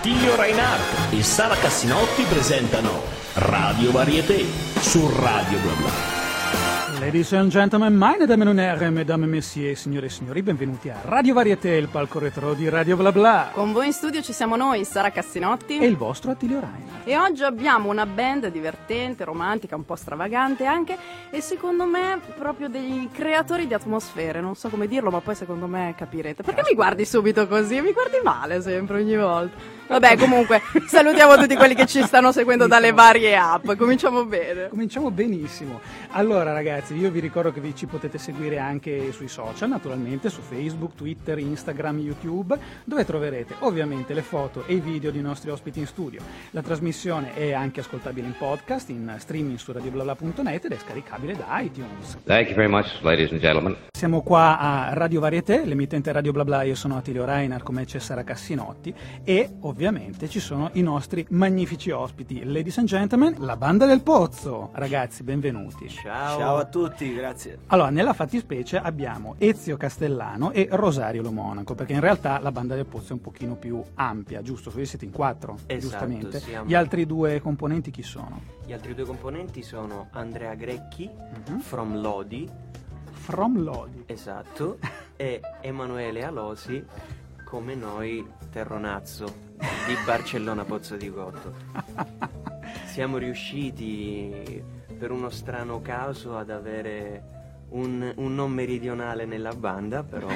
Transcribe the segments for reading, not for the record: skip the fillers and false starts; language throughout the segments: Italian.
Attilio Reinhardt e Sara Cassinotti presentano Radio Varieté su Radio Bla Bla. Ladies and gentlemen, meine Damen und Herren, mesdames et messieurs, signore e signori, benvenuti a Radio Varieté, il palco retro di Radio Bla Bla. Con voi in studio ci siamo noi, Sara Cassinotti E il vostro Attilio Reinhardt. E oggi abbiamo una band divertente, romantica, un po' stravagante anche, e secondo me proprio dei creatori di atmosfere, non so come dirlo, ma poi secondo me capirete. Perché mi guardi subito così? Mi guardi male sempre, ogni volta. Vabbè, comunque, salutiamo tutti quelli che ci stanno seguendo dalle varie app. Cominciamo bene. Cominciamo benissimo. Allora ragazzi, io vi ricordo che ci potete seguire anche sui social, naturalmente, su Facebook, Twitter, Instagram, YouTube, dove troverete ovviamente le foto e i video dei nostri ospiti in studio. La trasmissione è anche ascoltabile in podcast, in streaming su radioblabla.net ed è scaricabile da iTunes. Thank you very much, ladies and gentlemen. Siamo qua a Radio Varieté, l'emittente Radio Bla Bla, io sono Attilio Reinhardt, come c'è Sara Cassinotti, e ovviamente ci sono i nostri magnifici ospiti. Ladies and gentlemen, la Banda del Pozzo. Ragazzi, benvenuti. Ciao a tutti, grazie. Allora, nella fattispecie abbiamo Ezio Castellano e Rosario Lo Monaco, perché in realtà la Banda del Pozzo è un pochino più ampia, giusto? Voi siete in 4, Esatto, giustamente. siamo. Gli altri due componenti chi sono? Gli altri due componenti sono Andrea Grecchi, From Lodi, From Lodi. esatto, e Emanuele Alosi, come noi, Terronazzo, di Barcellona Pozzo di Gotto. Siamo riusciti, per uno strano caso, ad avere un non meridionale nella banda, però...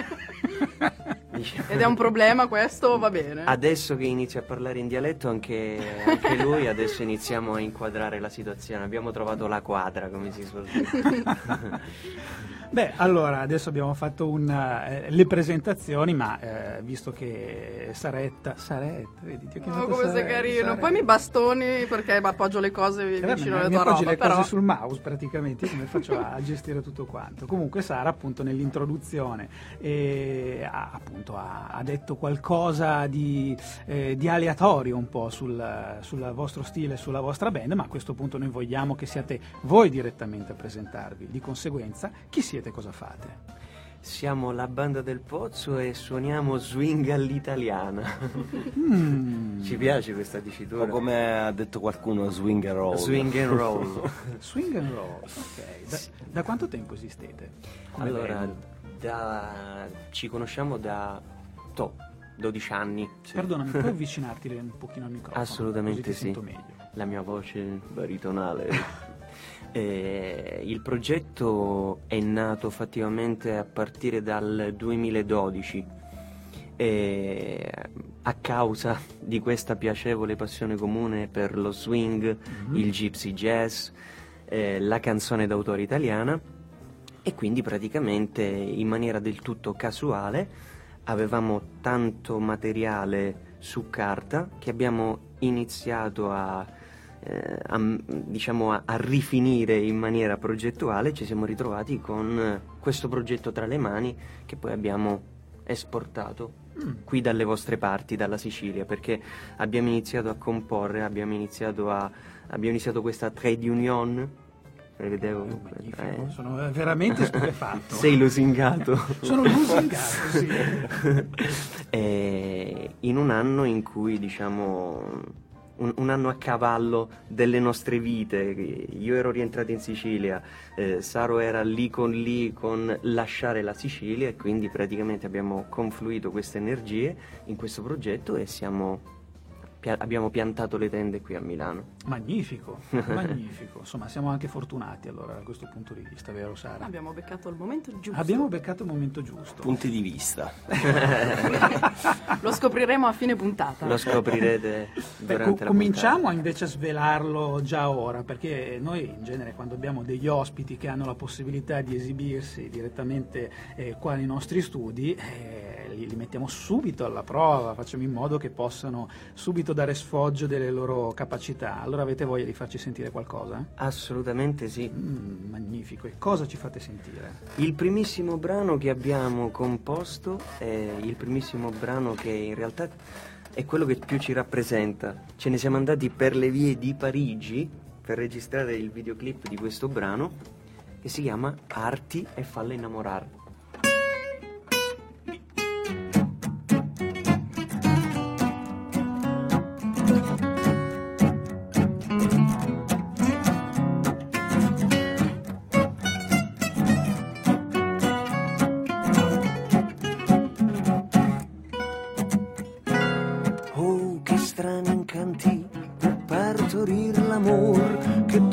Ed è un problema questo, va bene. Adesso che inizia a parlare in dialetto anche lui, adesso iniziamo a inquadrare la situazione. Abbiamo trovato la quadra, come si suol dire. Beh, allora, adesso abbiamo fatto le presentazioni, ma visto che Saretta, vedi, ti ho chiamato come sei carino. Saretta. Poi mi bastoni perché mi appoggio le cose vicino alla mi tua appoggi roba, le però... cose sul mouse praticamente, io come faccio a gestire tutto quanto. Comunque Sara appunto nell'introduzione ha detto qualcosa di aleatorio un po' sul vostro stile, sulla vostra band, ma a questo punto noi vogliamo che siate voi direttamente a presentarvi. Di conseguenza, chi siete, cosa fate? Siamo la Banda del Pozzo e suoniamo swing all'italiana. Ci piace questa dicitura? O come ha detto qualcuno, swing and roll. Swing and roll. Swing and roll, ok. Da quanto tempo esistete? Come Allora, band? ci conosciamo da 12 anni. Sì. Perdonami, puoi avvicinarti un pochino al microfono? Assolutamente così ti sì. sento meglio. La mia voce baritonale. Il progetto è nato effettivamente a partire dal 2012 a causa di questa piacevole passione comune per lo swing, il gypsy jazz, la canzone d'autore italiana, e quindi praticamente in maniera del tutto casuale avevamo tanto materiale su carta che abbiamo iniziato a rifinire in maniera progettuale. Ci siamo ritrovati con questo progetto tra le mani, che poi abbiamo esportato qui dalle vostre parti, dalla Sicilia, perché abbiamo iniziato a comporre, abbiamo iniziato questa trade union. Vedevo, Sono veramente stupefatto. Sei lusingato. Sono lusingato, sì. In un anno in cui, diciamo, un anno a cavallo delle nostre vite. Io ero rientrato in Sicilia, Saro era lì con lasciare la Sicilia, e quindi praticamente abbiamo confluito queste energie in questo progetto e abbiamo piantato le tende qui a Milano. Magnifico, magnifico. Insomma, siamo anche fortunati allora da questo punto di vista, vero Sara? Abbiamo beccato il momento giusto. Abbiamo beccato il momento giusto. Punti di vista. Lo scopriremo a fine puntata. Lo scoprirete durante la Cominciamo invece a svelarlo già ora, perché noi in genere quando abbiamo degli ospiti che hanno la possibilità di esibirsi direttamente qua nei nostri studi, li mettiamo subito alla prova, facciamo in modo che possano subito dare sfoggio delle loro capacità. Allora avete voglia di farci sentire qualcosa? Assolutamente sì. Magnifico. E cosa ci fate sentire? Il primissimo brano che abbiamo composto è il primissimo brano che in realtà è quello che più ci rappresenta. Ce ne siamo andati per le vie di Parigi per registrare il videoclip di questo brano, che si chiama Arti e falle innamorar.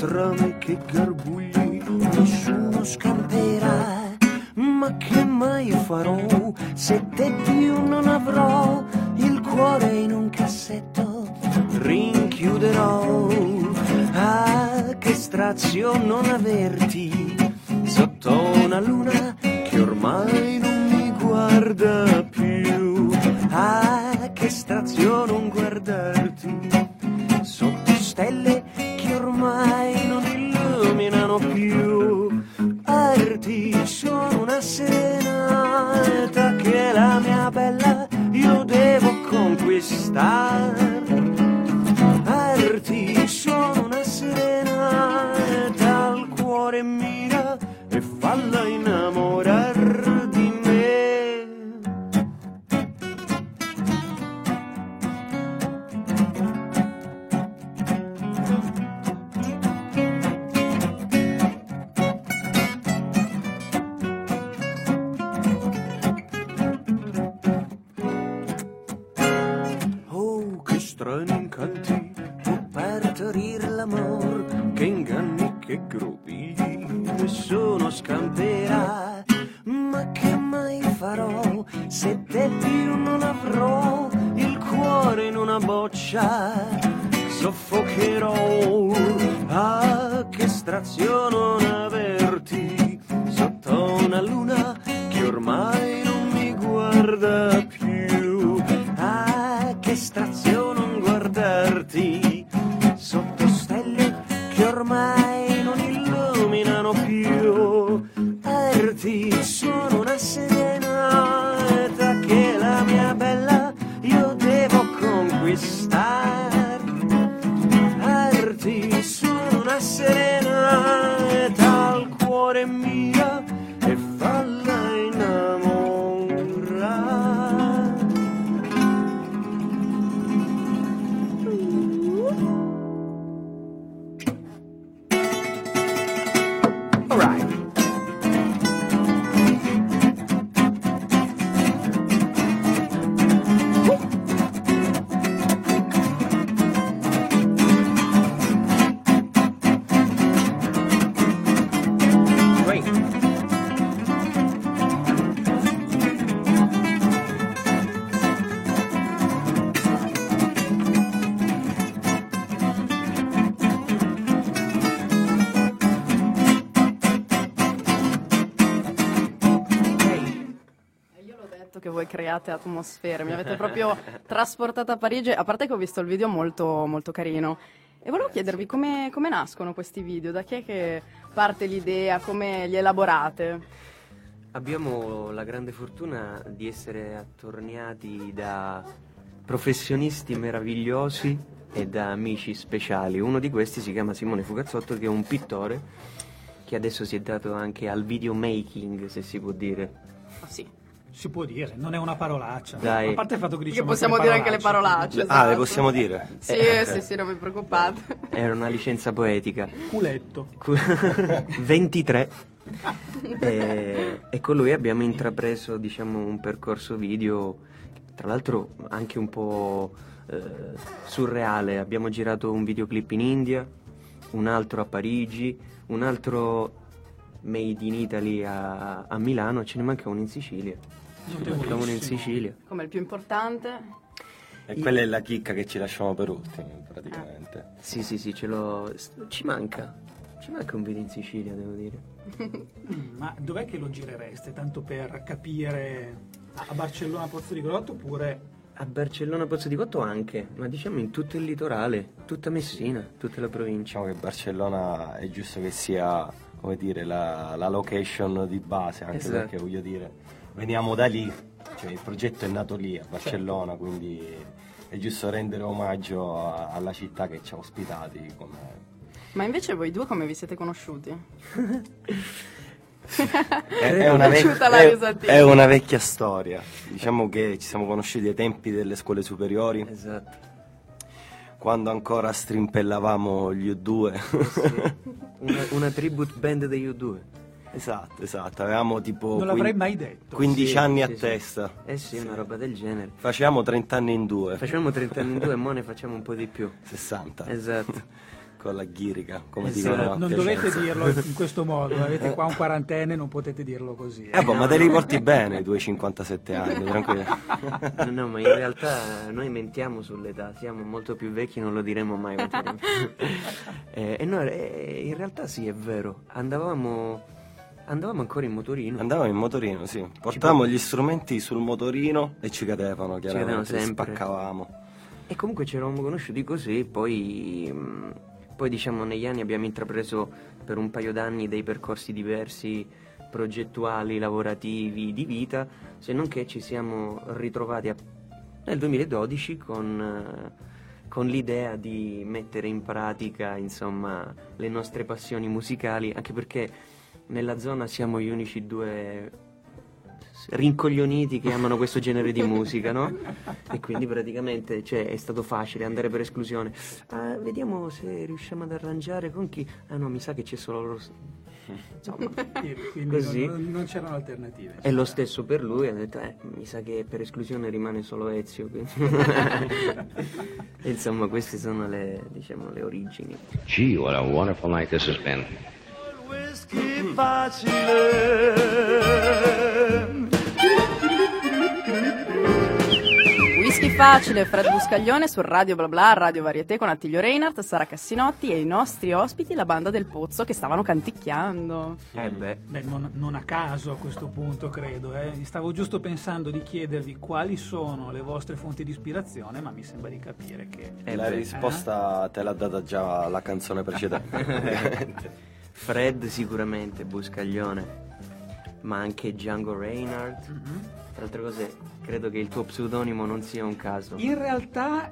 trame che garbugli, nessuno scamperà. Ma che mai farò se te più non avrò? Il cuore in un cassetto rinchiuderò. Ah, che strazio non averti sotto una luna che ormai non mi guarda più. Ah, che strazio non guardarti sotto stelle che ormai non illuminano più. Arti, sono una serenata che la mia bella io devo conquistare. Arti, sono una serenata al cuore mira e falla innamorar di me. Oh, che strani incanti può partorir l'amor, che inganni, che grovigli, nessuno scamperà. Ma che mai farò se te più non avrò? Il cuore in una boccia soffocherò. Ah, che strazio non averti sotto una luna che ormai non mi guarda più. Ah, che strazio non guardarti sotto stelle che ormai non illuminano più. Arti, sono una serenata che la mia bella io devo conquistare. Arti, sono una serenata al cuore mia e falla innamorare. All right. Che voi create atmosfere, mi avete proprio trasportata a Parigi, a parte che ho visto il video molto, molto carino. E volevo chiedervi come nascono questi video, da chi è che parte l'idea, come li elaborate? Abbiamo la grande fortuna di essere attorniati da professionisti meravigliosi e da amici speciali. Uno di questi si chiama Simone Fugazzotto, che è un pittore che adesso si è dato anche al videomaking, se si può dire. Ah, sì. Si può dire, non è una parolaccia. Dai. A parte il fatto che diciamo possiamo dire anche le parolacce. Ah, esatto. le possiamo dire? Sì, non vi preoccupate. Era una licenza poetica. Culetto. 23. E con lui abbiamo intrapreso, diciamo, un percorso video, tra l'altro anche un po' surreale. Abbiamo girato un videoclip in India, un altro a Parigi, un altro made in Italy a Milano, ce ne manca uno in Sicilia. Uno in Sicilia. Come il più importante? E quella è la chicca che ci lasciamo per ultimo, praticamente. Sì, ci manca un video in Sicilia, devo dire. Ma dov'è che lo girereste? Tanto per capire, a Barcellona Pozzo di Grotto oppure... A Barcellona Pozzo di Grotto anche, ma diciamo in tutto il litorale, tutta Messina, tutta la provincia. Diciamo che Barcellona è giusto che sia, come dire, la location di base, anche esatto. Perché voglio dire, veniamo da lì, cioè il progetto è nato lì a Barcellona, quindi è giusto rendere omaggio alla città che ci ha ospitati. Ma invece voi due come vi siete conosciuti? È una vecchia storia. Diciamo che ci siamo conosciuti ai tempi delle scuole superiori. Esatto. Quando ancora strimpellavamo gli U2. Sì. Una tribute band degli U2. Esatto, avevamo tipo non l'avrei mai detto. 15 anni a testa. Sì, una roba del genere. Facevamo 30 anni in due. Facevamo 30 anni in due e mo ne facciamo un po' di più. 60. Esatto. con la ghirica, come Esatto, dicono a non Piacenza. dovete dirlo in questo modo, avete qua un quarantenne, non potete dirlo così. Ma te li porti bene, i tuoi 57 anni, tranquillo. No, ma in realtà noi mentiamo sull'età, siamo molto più vecchi, non lo diremo mai. E no, in realtà sì, è vero, andavamo ancora in motorino. Andavamo in motorino, sì. Portavamo gli strumenti sul motorino e ci cadevano, chiaramente, sempre. spaccavamo. E comunque ci eravamo conosciuti così, poi diciamo negli anni abbiamo intrapreso per un paio d'anni dei percorsi diversi, progettuali, lavorativi, di vita, se non che ci siamo ritrovati nel 2012 con l'idea di mettere in pratica, insomma, le nostre passioni musicali, anche perché nella zona siamo gli unici due rincoglioniti che amano questo genere di musica, no? E quindi praticamente è stato facile andare per esclusione. Vediamo se riusciamo ad arrangiare con chi. No, mi sa che c'è solo loro. Insomma, Quindi così. non c'erano alternative. E lo stesso per lui, ha detto mi sa che per esclusione rimane solo Ezio. E insomma, queste sono le origini. Gee, what a wonderful night this has been. Whisky facile. Whisky facile, Fred Buscaglione su Radio Bla Bla, Radio Varieté con Attilio Reinhardt, Sara Cassinotti e i nostri ospiti, la banda del Pozzo, che stavano canticchiando. Beh, non a caso a questo punto, credo. Stavo giusto pensando di chiedervi quali sono le vostre fonti di ispirazione, ma mi sembra di capire che... La risposta te l'ha data già la canzone precedente. Fred sicuramente, Buscaglione, ma anche Django Reinhardt. Tra altre cose, credo che il tuo pseudonimo non sia un caso. In realtà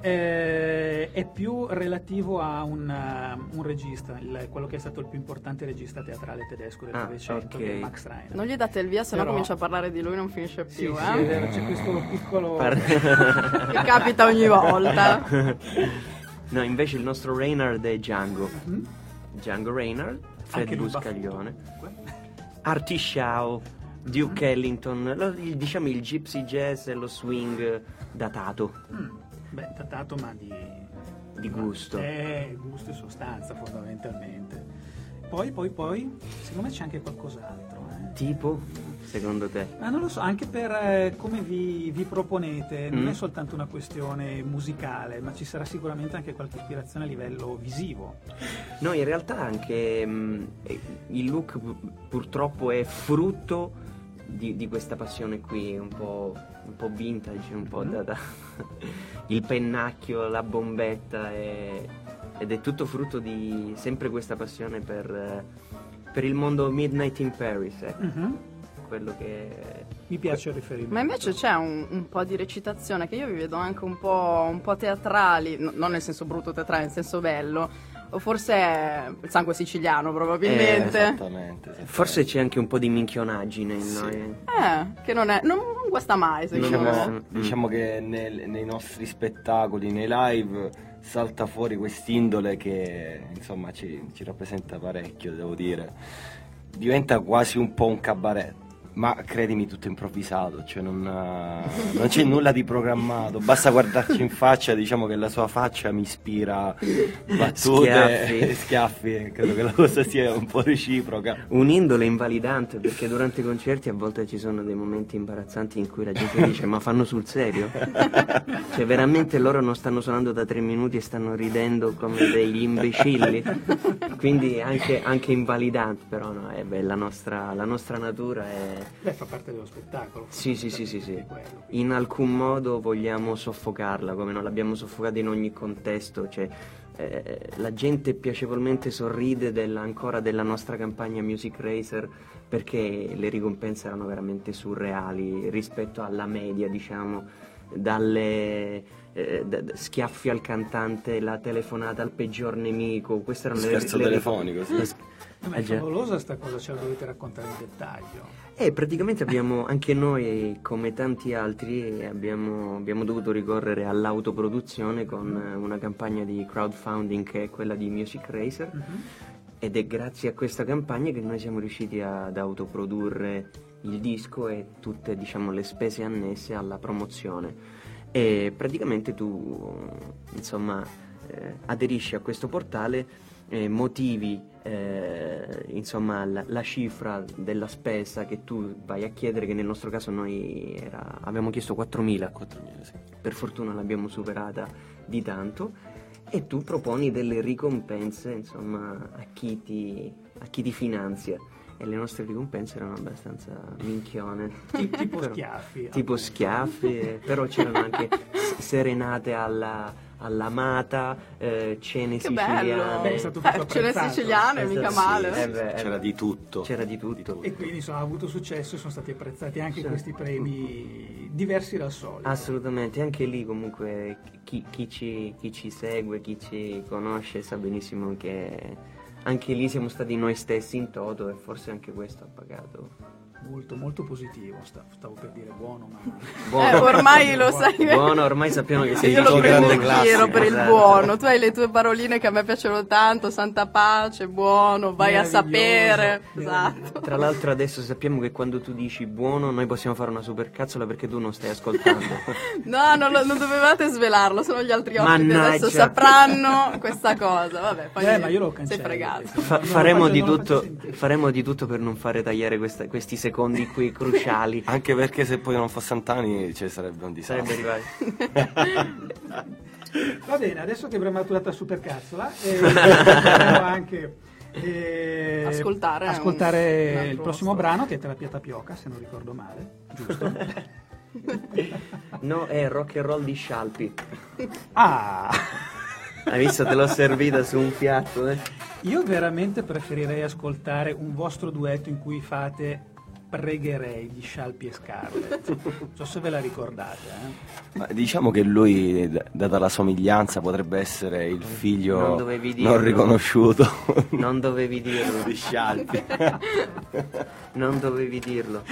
è più relativo a un regista, quello che è stato il più importante regista teatrale tedesco del Novecento, che è Max Reiner. Non gli date il via, se no Però- comincia a parlare di lui, non finisce più. Sì, è vero, c'è questo piccolo... Che capita ogni volta. No, invece il nostro Reinhardt è Django. Django Reinhardt, Fred Anche lui Buscaglione, baffuto. Artie Shaw, Duke Ellington, diciamo il gypsy jazz e lo swing datato. Beh, datato, ma di gusto. Gusto e sostanza, fondamentalmente. Poi, secondo me c'è anche qualcos'altro. Tipo, secondo te? Non lo so, anche per come vi proponete, non Mm. è soltanto una questione musicale, ma ci sarà sicuramente anche qualche ispirazione a livello visivo. No, in realtà anche il look purtroppo è frutto di questa passione qui, un po' vintage, un po' da il pennacchio, la bombetta, ed è tutto frutto di sempre questa passione per il mondo Midnight in Paris, ecco. Quello che... Mi piace il riferimento. Ma invece c'è un po' di recitazione che io vi vedo anche un po' teatrali, non nel senso brutto teatrale, nel senso bello, o forse è il sangue siciliano probabilmente. Esattamente. Forse c'è anche un po' di minchionaggine in noi. Che non guasta mai, secondo me. Diciamo che nei nostri spettacoli, nei live, salta fuori quest'indole che insomma ci rappresenta parecchio, devo dire. Diventa quasi un po' un cabaret. Ma credimi, tutto improvvisato, cioè non c'è nulla di programmato, basta guardarci in faccia, diciamo che la sua faccia mi ispira battute, schiaffi, credo che la cosa sia un po' reciproca. Un'indole invalidante, perché durante i concerti a volte ci sono dei momenti imbarazzanti in cui la gente dice ma fanno sul serio? Cioè veramente loro non stanno suonando da 3 minuti e stanno ridendo come degli imbecilli, quindi anche invalidante, però no, la nostra natura è... Beh, fa parte dello spettacolo. Sì. Quello. In alcun modo vogliamo soffocarla, come non l'abbiamo soffocata in ogni contesto, cioè la gente piacevolmente sorride ancora della nostra campagna Music Racer, perché le ricompense erano veramente surreali rispetto alla media, diciamo, dalle schiaffi al cantante, la telefonata al peggior nemico, queste erano Scherzo telefonico, sì. Ma è favolosa sta cosa, ce la dovete raccontare in dettaglio. Praticamente abbiamo, anche noi come tanti altri, abbiamo dovuto ricorrere all'autoproduzione con una campagna di crowdfunding che è quella di Music Racer, ed è grazie a questa campagna che noi siamo riusciti ad autoprodurre il disco e tutte, diciamo, le spese annesse alla promozione. E praticamente tu, insomma, aderisci a questo portale motivi insomma la cifra della spesa che tu vai a chiedere, che nel nostro caso noi abbiamo chiesto 4.000, sì. Per fortuna l'abbiamo superata di tanto, e tu proponi delle ricompense insomma a chi ti finanzia, e le nostre ricompense erano abbastanza minchione, tipo però, schiaffi. tipo schiaffi, però c'erano anche serenate all'amata, cene Che siciliane. bello. Beh, è stato tutto Ce le apprezzato. siciliane, mica Sì, male. C'era di tutto. C'era di tutto. E quindi insomma, ha avuto successo e sono stati apprezzati anche questi premi diversi dal solito. Assolutamente, anche lì comunque chi ci segue, chi ci conosce sa benissimo che anche lì siamo stati noi stessi in toto, e forse anche questo ha pagato. Molto molto positivo, stavo per dire buono, ma Buono. Ormai lo sai. Buono, ormai sappiamo che sei Io il lo tuo prendo grande in classe. giro per il Esatto. buono. Tu hai le tue paroline che a me piacciono tanto, santa pace, buono, vai a Meraviglioso, sapere. meraviglioso. Esatto. Tra l'altro adesso sappiamo che quando tu dici buono noi possiamo fare una supercazzola, perché tu non stai ascoltando. No, non dovevate svelarlo, sennò gli altri ospiti Mannaggia. adesso sapranno questa cosa. Vabbè, poi ma io lo sei cancello. fregato. Faremo Non di lo faccio tutto, sentire. faremo di tutto per non fare tagliare questi secondi qui cruciali. Anche perché se poi non fosse Antani ci sarebbe un disastro. Sarebbe arrivati. Va bene, adesso che abbiamo maturato la supercazzola, possiamo anche Ascoltare un il altro prossimo storia. brano, che è Terapia Tapioca, se non ricordo male, giusto? No, è rock and roll di Scialpi. Ah! Hai visto? Te l'ho servita su un piatto, eh? Io veramente preferirei ascoltare un vostro duetto in cui fate Pregherei di Scialpi e Scarlett. Non so se ve la ricordate, Ma diciamo che lui, data la somiglianza, potrebbe essere il Non figlio dovevi dirlo. non riconosciuto Non dovevi dirlo. di Scialpi. Non dovevi dirlo.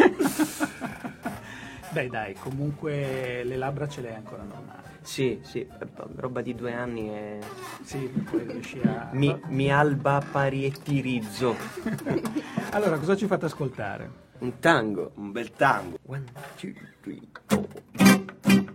Beh dai, comunque le labbra ce le hai ancora normali. Sì, roba di 2 anni e Sì, poi riesci a... mi alba pariettirizzo. Allora, cosa ci fate ascoltare? Un tango. Un bel tango. 1, 2, 3, 4.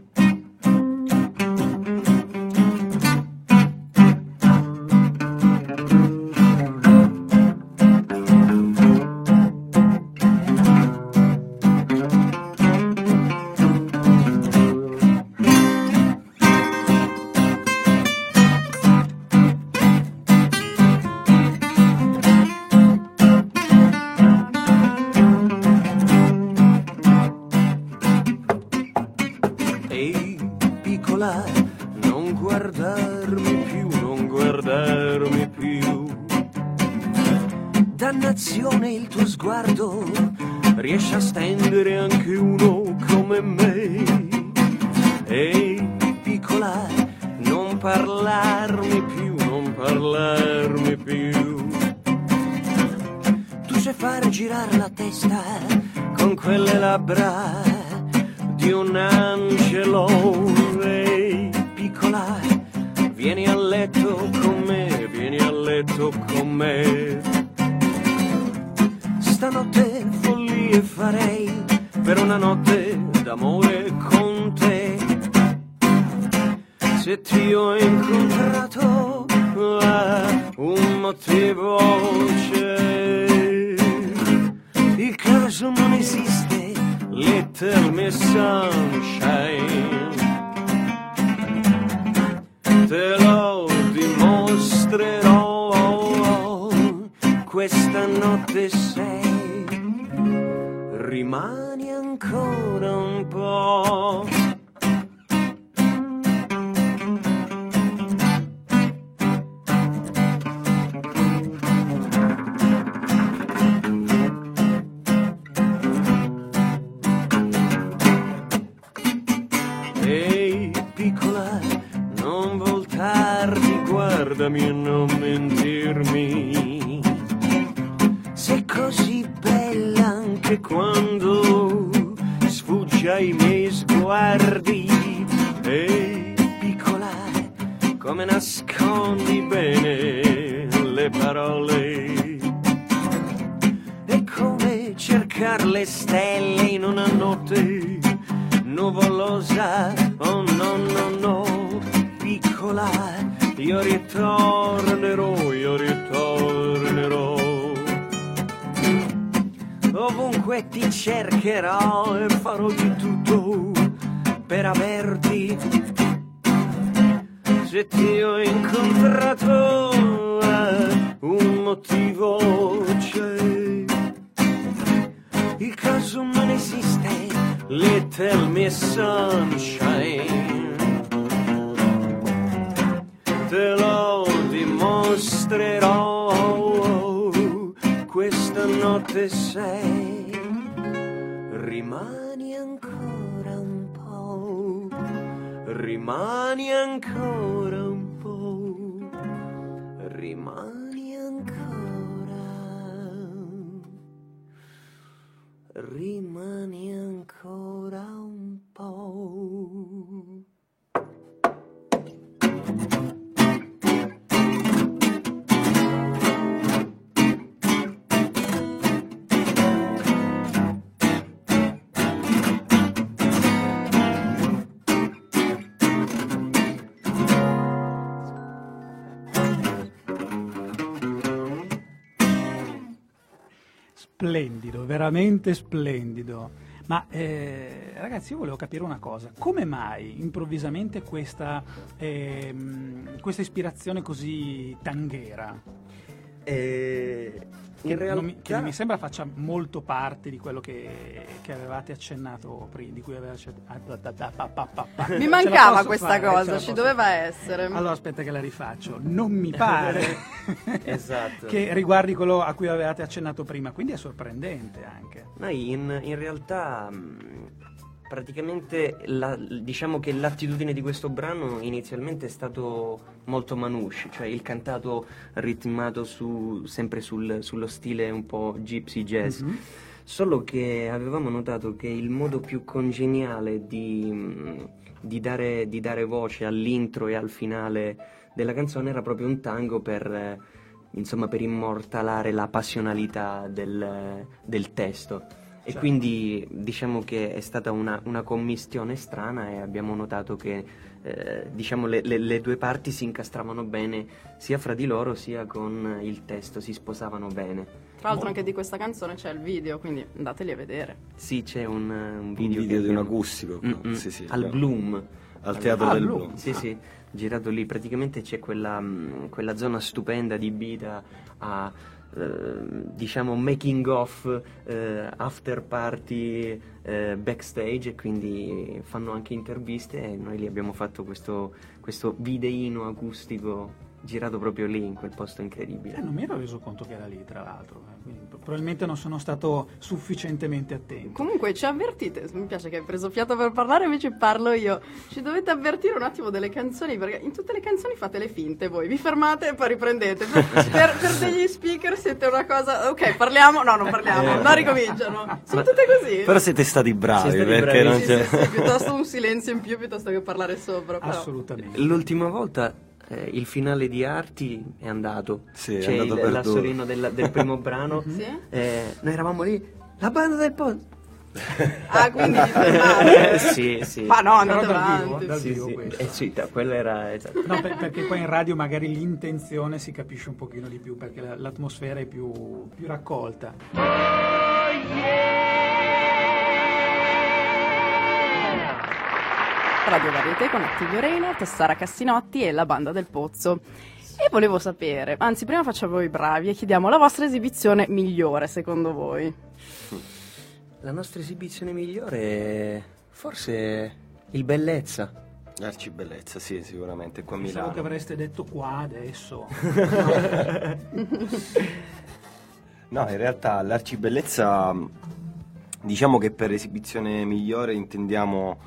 Ehi, piccola, non guardarmi più. Dannazione, il tuo sguardo riesce a stendere anche uno come me. Ehi, piccola, non parlarmi più. Tu sai fare girare la testa con quelle labbra di un angelo. Ehi, piccola, vieni a letto con me. Stanotte follie farei per una notte d'amore con te. Se ti ho incontrato, un motivo c'è. Il caso non esiste, little Miss Sunshine. Te lo dimostrerò questa notte sei. Rimani ancora un po'. Ehi, piccola, non voltarti, guardami e non mentirmi. Sei così bella anche quando sfuggi ai miei sguardi. Ehi, piccola, come nascondi bene le parole. È come cercare le stelle in una notte nuvolosa. Oh no, no, no, piccola, io ritornerò ti cercherò e farò di tutto per averti. Se ti ho incontrato un motivo c'è, il caso non esiste, little miss sunshine, te lo dimostrerò questa notte sei. Rimani ancora un po', rimani ancora un po', rimani ancora, rimani ancora un po'. Splendido, veramente splendido. Ma ragazzi, io volevo capire una cosa: come mai improvvisamente questa ispirazione così tanghera? In realtà che non mi sembra faccia molto parte di quello che avevate accennato prima, di cui avevate Mi mancava questa cosa, ci doveva essere. Allora aspetta che la rifaccio. Non mi pare esatto. che riguardi quello a cui avevate accennato prima, quindi è sorprendente anche. Noi in realtà praticamente diciamo che l'attitudine di questo brano inizialmente è stato molto Manouche, cioè il cantato ritmato sempre sullo stile un po' gypsy jazz. Mm-hmm. Solo che avevamo notato che il modo più congeniale di dare voce all'intro e al finale della canzone era proprio un tango per immortalare la passionalità del testo. E certo. Quindi diciamo che è stata una commistione strana e abbiamo notato che le due parti si incastravano bene sia fra di loro sia con il testo, si sposavano bene. Tra l'altro anche di questa canzone c'è il video, quindi andateli a vedere. Sì, c'è un video di un acustico. Sì, sì, al Bloom. Al Teatro del Bloom. Sì, sì, girato lì. Praticamente c'è quella zona stupenda adibita a making of, after party, backstage, e quindi fanno anche interviste e noi lì abbiamo fatto questo videino acustico girato proprio lì, in quel posto incredibile. Non mi ero reso conto che era lì, tra l'altro, quindi probabilmente non sono stato sufficientemente attento. Comunque ci avvertite, mi piace che hai preso fiato per parlare, invece parlo io. Ci dovete avvertire un attimo delle canzoni, perché in tutte le canzoni fate le finte voi, vi fermate e poi riprendete. Per degli speaker siete una cosa, ok, parliamo, no, non parliamo, no, ricominciano. Sono tutte così. Però siete stati bravi, perché non c'è... Sì, piuttosto un silenzio in più piuttosto che parlare sopra. Però. Assolutamente. L'ultima volta il finale di Arti è andato, sì, c'è l'assolino del primo brano. Sì? Noi eravamo lì, la banda del pod. Ah, quindi sì. Ma no, andate avanti. Dal vivo sì, quello era esatto. No, perché poi in radio magari l'intenzione si capisce un pochino di più, perché l'atmosfera è più raccolta. Oh, yeah! Radio Varieté con Attilio Reinhardt, Sara Cassinotti e la Banda del Pozzo. E volevo sapere, anzi prima facciamo i bravi e chiediamo la vostra esibizione migliore secondo voi. La nostra esibizione migliore è forse il Bellezza. L'Arcibellezza, sì, sicuramente, qua a Milano. Pensavo che avreste detto qua adesso. No, in realtà l'Arcibellezza, diciamo che per esibizione migliore intendiamo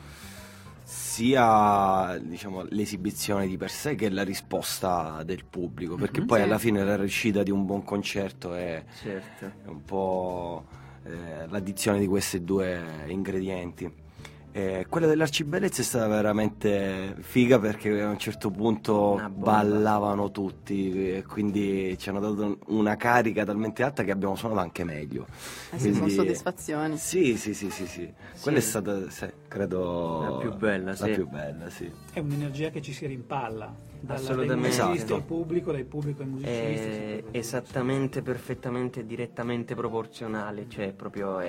sia l'esibizione di per sé che la risposta del pubblico, perché poi alla fine la riuscita di un buon concerto è un po' l'addizione di questi due ingredienti. Quella dell'Arcibellezza è stata veramente figa, perché a un certo punto ballavano tutti e quindi ci hanno dato una carica talmente alta che abbiamo suonato anche meglio. Sì, sono soddisfazioni. Sì. Quella è stata, credo, la più bella, la più bella, sì. È un'energia che ci si rimpalla dai Assolutamente. musicisti al pubblico, dai pubblico ai musicisti. È esattamente, perfettamente, direttamente proporzionale, cioè proprio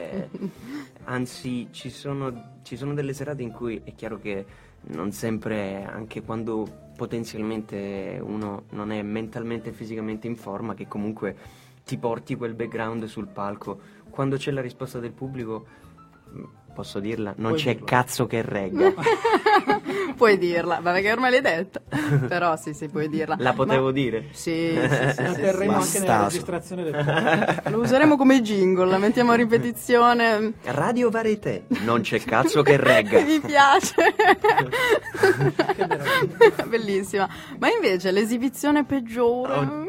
anzi ci sono delle serate in cui è chiaro che non sempre, anche quando potenzialmente uno non è mentalmente e fisicamente in forma, che comunque ti porti quel background sul palco, quando c'è la risposta del pubblico, posso dirla, non Puoi c'è dirlo. cazzo che regga. Puoi dirla, vabbè che ormai l'hai detta, però sì, puoi dirla. La potevo dire? Sì. La terremo anche nella Bastato. registrazione del podcast. Lo useremo come jingle, la mettiamo a ripetizione. Radio Varieté, non c'è cazzo che regga. Mi piace. Che meraviglia. Bellissima. Ma invece l'esibizione peggiore?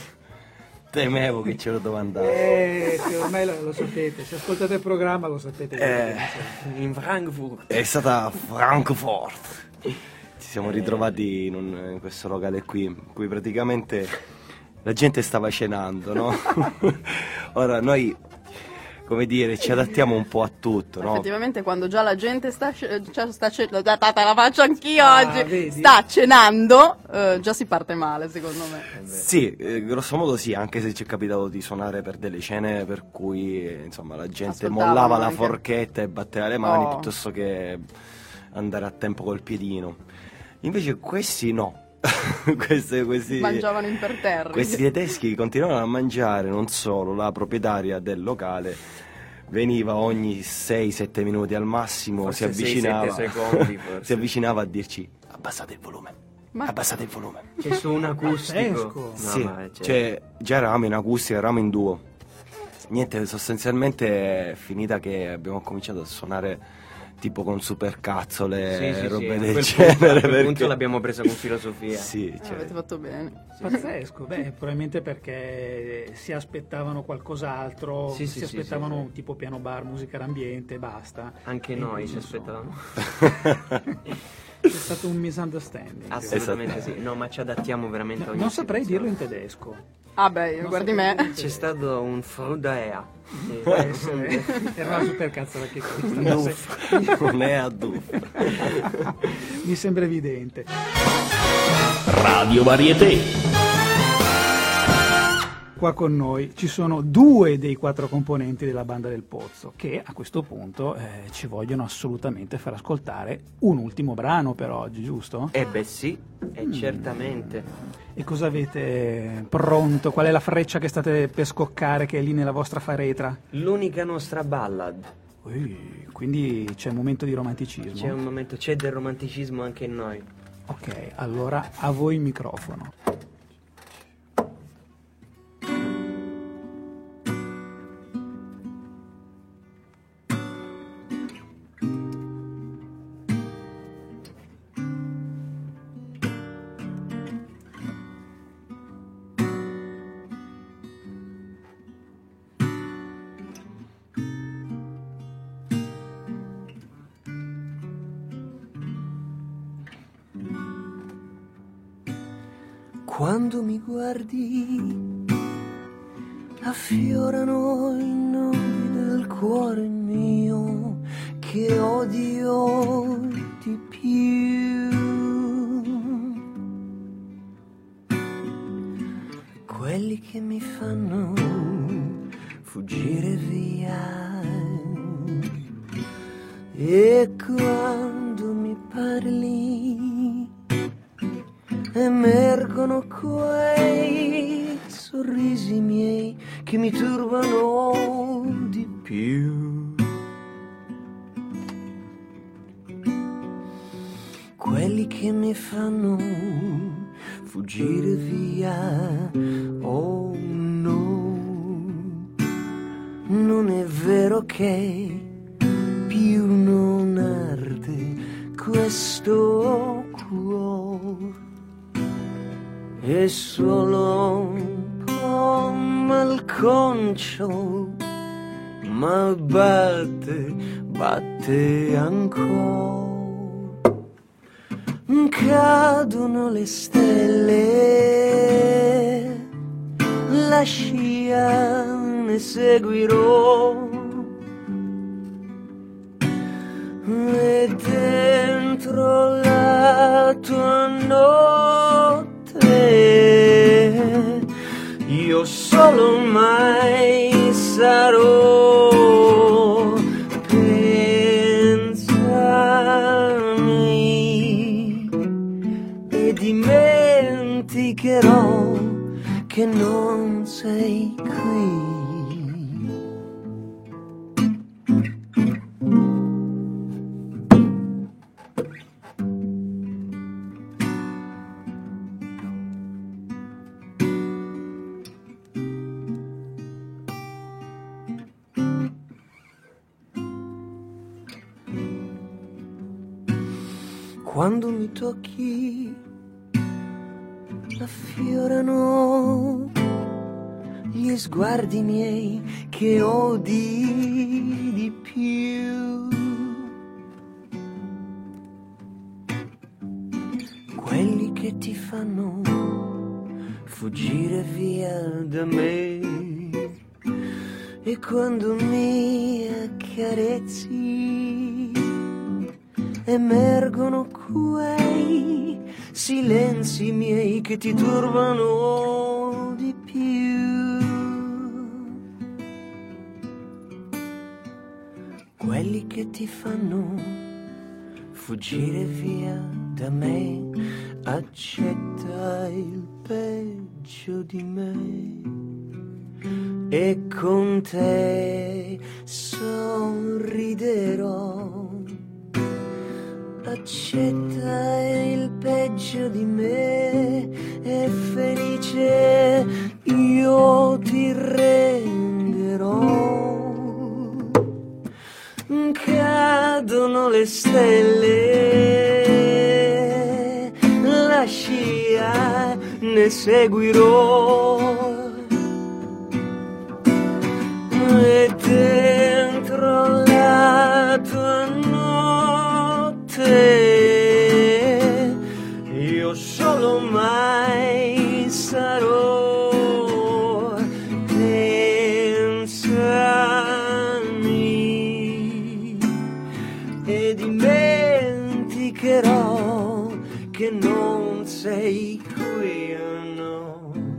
Temevo che ce lo domandassi. Sì, ormai lo sapete, se ascoltate il programma lo sapete. In Frankfurt. È stata a Frankfurt. Ci siamo ritrovati in questo locale qui, in cui praticamente la gente stava cenando, no? Ora noi, come dire, ci adattiamo un po' a tutto, no? Effettivamente quando già la gente sta cenando, la faccio anch'io oggi, vedi? sta cenando, già si parte male secondo me. Sì, grosso modo sì, anche se ci è capitato di suonare per delle scene per cui insomma la gente Ascoltavano mollava la anche. forchetta e batteva le mani Oh. piuttosto che andare a tempo col piedino. Invece questi no. questi Mangiavano imperterriti. Questi tedeschi continuavano a mangiare, non solo, la proprietaria del locale veniva ogni 6-7 minuti al massimo, Forse si avvicinava, 6-7 secondi, forse. si avvicinava a dirci abbassate il volume, Ma- abbassate il volume. C'è su un acustico. Pazzesco. No, Sì, ma cioè, già eravamo in acustica, eravamo in duo. Niente, sostanzialmente è finita che abbiamo cominciato a suonare tipo con supercazzole e robe del quel genere. punto, a quel perché- punto l'abbiamo presa con filosofia. Sì, cioè, Avete fatto bene. Pazzesco, beh, probabilmente perché si aspettavano qualcos'altro, Sì, si sì, sì, aspettavano sì. tipo piano bar, musica d'ambiente, basta. Anche E noi invece, ci aspettavamo. C'è stato un misunderstanding. Assolutamente sì. No, ma ci adattiamo veramente a ogni Non saprei dirlo situazione. in tedesco. Ah beh, guardi me. C'è stato un Frudaea. Può essere. Era una super cazzo che questa. non è a duffo. Mi sembra evidente. Radio Varieté. Qua con noi ci sono 2 dei 4 componenti della Banda del Pozzo che a questo punto ci vogliono assolutamente far ascoltare un ultimo brano per oggi, giusto? Beh sì, certamente. E cosa avete pronto? Qual è la freccia che state per scoccare che è lì nella vostra faretra? L'unica nostra ballad. Quindi c'è un momento di romanticismo. C'è del romanticismo anche in noi. Ok, allora a voi il microfono. Quando mi guardi affiorano i nodi del cuore mio che odio di più. Quelli che mi fanno fuggire via. E quando mi parli emergono quei sorrisi miei che mi turbano di più. Quelli che mi fanno fuggire via. Oh no, non è vero che più non arde questo cuore. È solo un po' malconcio, ma batte, batte ancora. Cadono le stelle, la scia ne seguirò, e dentro la tua notte io solo mai sarò. Pensami e dimenticherò che non sei qui. Quando mi tocchi affiorano gli sguardi miei che odi di più, quelli che ti fanno fuggire via da me, e quando mi accarezzi emergono quei silenzi miei che ti turbano di più, quelli che ti fanno fuggire via da me. Accetta il peggio di me e con te sorriderò. Accetta il peggio di me e felice io ti renderò. Cadono le stelle, la scia ne seguirò, e dentro la tua notte io solo mai sarò. Pensami e dimenticherò che non sei qui, no.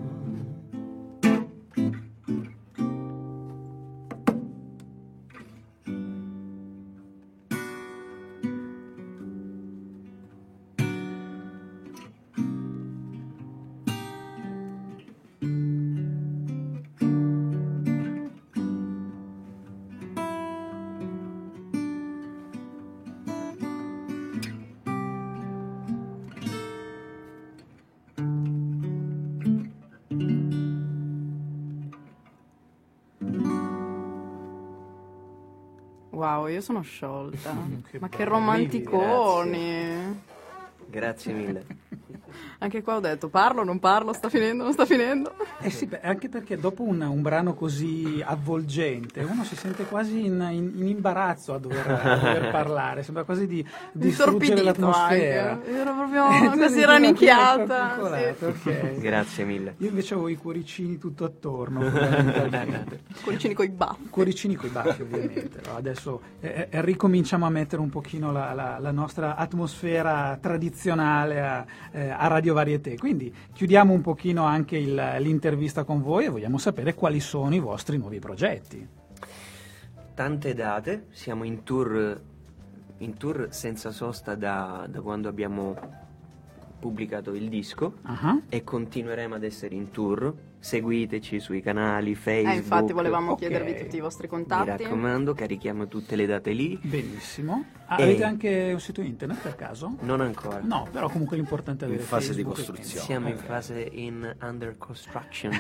Wow, io sono sciolta. Ma che bravi, romanticoni. Grazie mille. Anche qua ho detto, parlo, non parlo, sta finendo, non sta finendo. Eh sì, anche perché dopo un brano così avvolgente uno si sente quasi in imbarazzo a dover parlare, sembra quasi di distruggere l'atmosfera. Anche. Io ero proprio così rannicchiata. Sì. Okay. Grazie mille. Io invece avevo i cuoricini tutto attorno, fondamentalmente. Cuoricini coi baffi. Cuoricini coi baffi, ovviamente. No? Adesso ricominciamo a mettere un pochino la nostra atmosfera tradizionale a Radio Varieté. Quindi chiudiamo un pochino anche l'intervista con voi e vogliamo sapere quali sono i vostri nuovi progetti. Tante date, siamo in tour senza sosta da quando abbiamo pubblicato il disco, e continueremo ad essere in tour. Seguiteci sui canali Facebook. Infatti volevamo chiedervi tutti i vostri contatti. Mi raccomando, carichiamo tutte le date lì. Benissimo. Avete anche un sito internet per caso? Non ancora. No, però comunque l'importante è avere in fase Facebook, di costruzione. Siamo in fase under construction.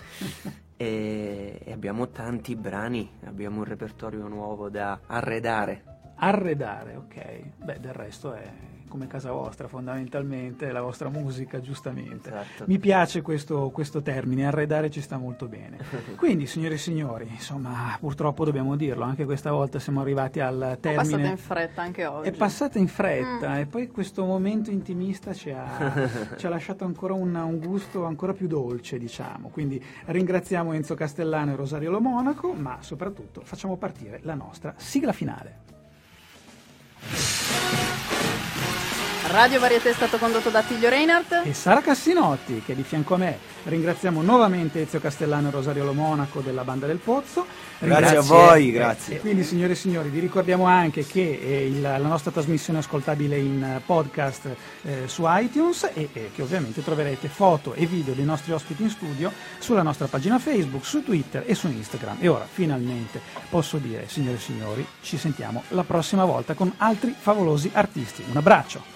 e abbiamo tanti brani, abbiamo un repertorio nuovo da arredare. Arredare, ok. Beh, del resto è come casa vostra fondamentalmente, la vostra musica giustamente. Esatto. Mi piace questo termine, arredare ci sta molto bene. Quindi signore e signori, insomma purtroppo dobbiamo dirlo, anche questa volta siamo arrivati al termine. È passata in fretta anche oggi. È passata in fretta e poi questo momento intimista ci ha lasciato ancora un gusto ancora più dolce, diciamo. Quindi ringraziamo Enzo Castellano e Rosario Lo Monaco, ma soprattutto facciamo partire la nostra sigla finale. Radio Varieté è stato condotto da Attilio Reinhardt E Sara Cassinotti, che è di fianco a me. Ringraziamo nuovamente Ezio Castellano e Rosario Lo Monaco della Banda del Pozzo. Grazie a voi, grazie. E quindi signore e signori, vi ricordiamo anche che la nostra trasmissione è ascoltabile in podcast su iTunes e che ovviamente troverete foto e video dei nostri ospiti in studio sulla nostra pagina Facebook, su Twitter e su Instagram. E ora finalmente posso dire, signore e signori, ci sentiamo la prossima volta con altri favolosi artisti. Un abbraccio!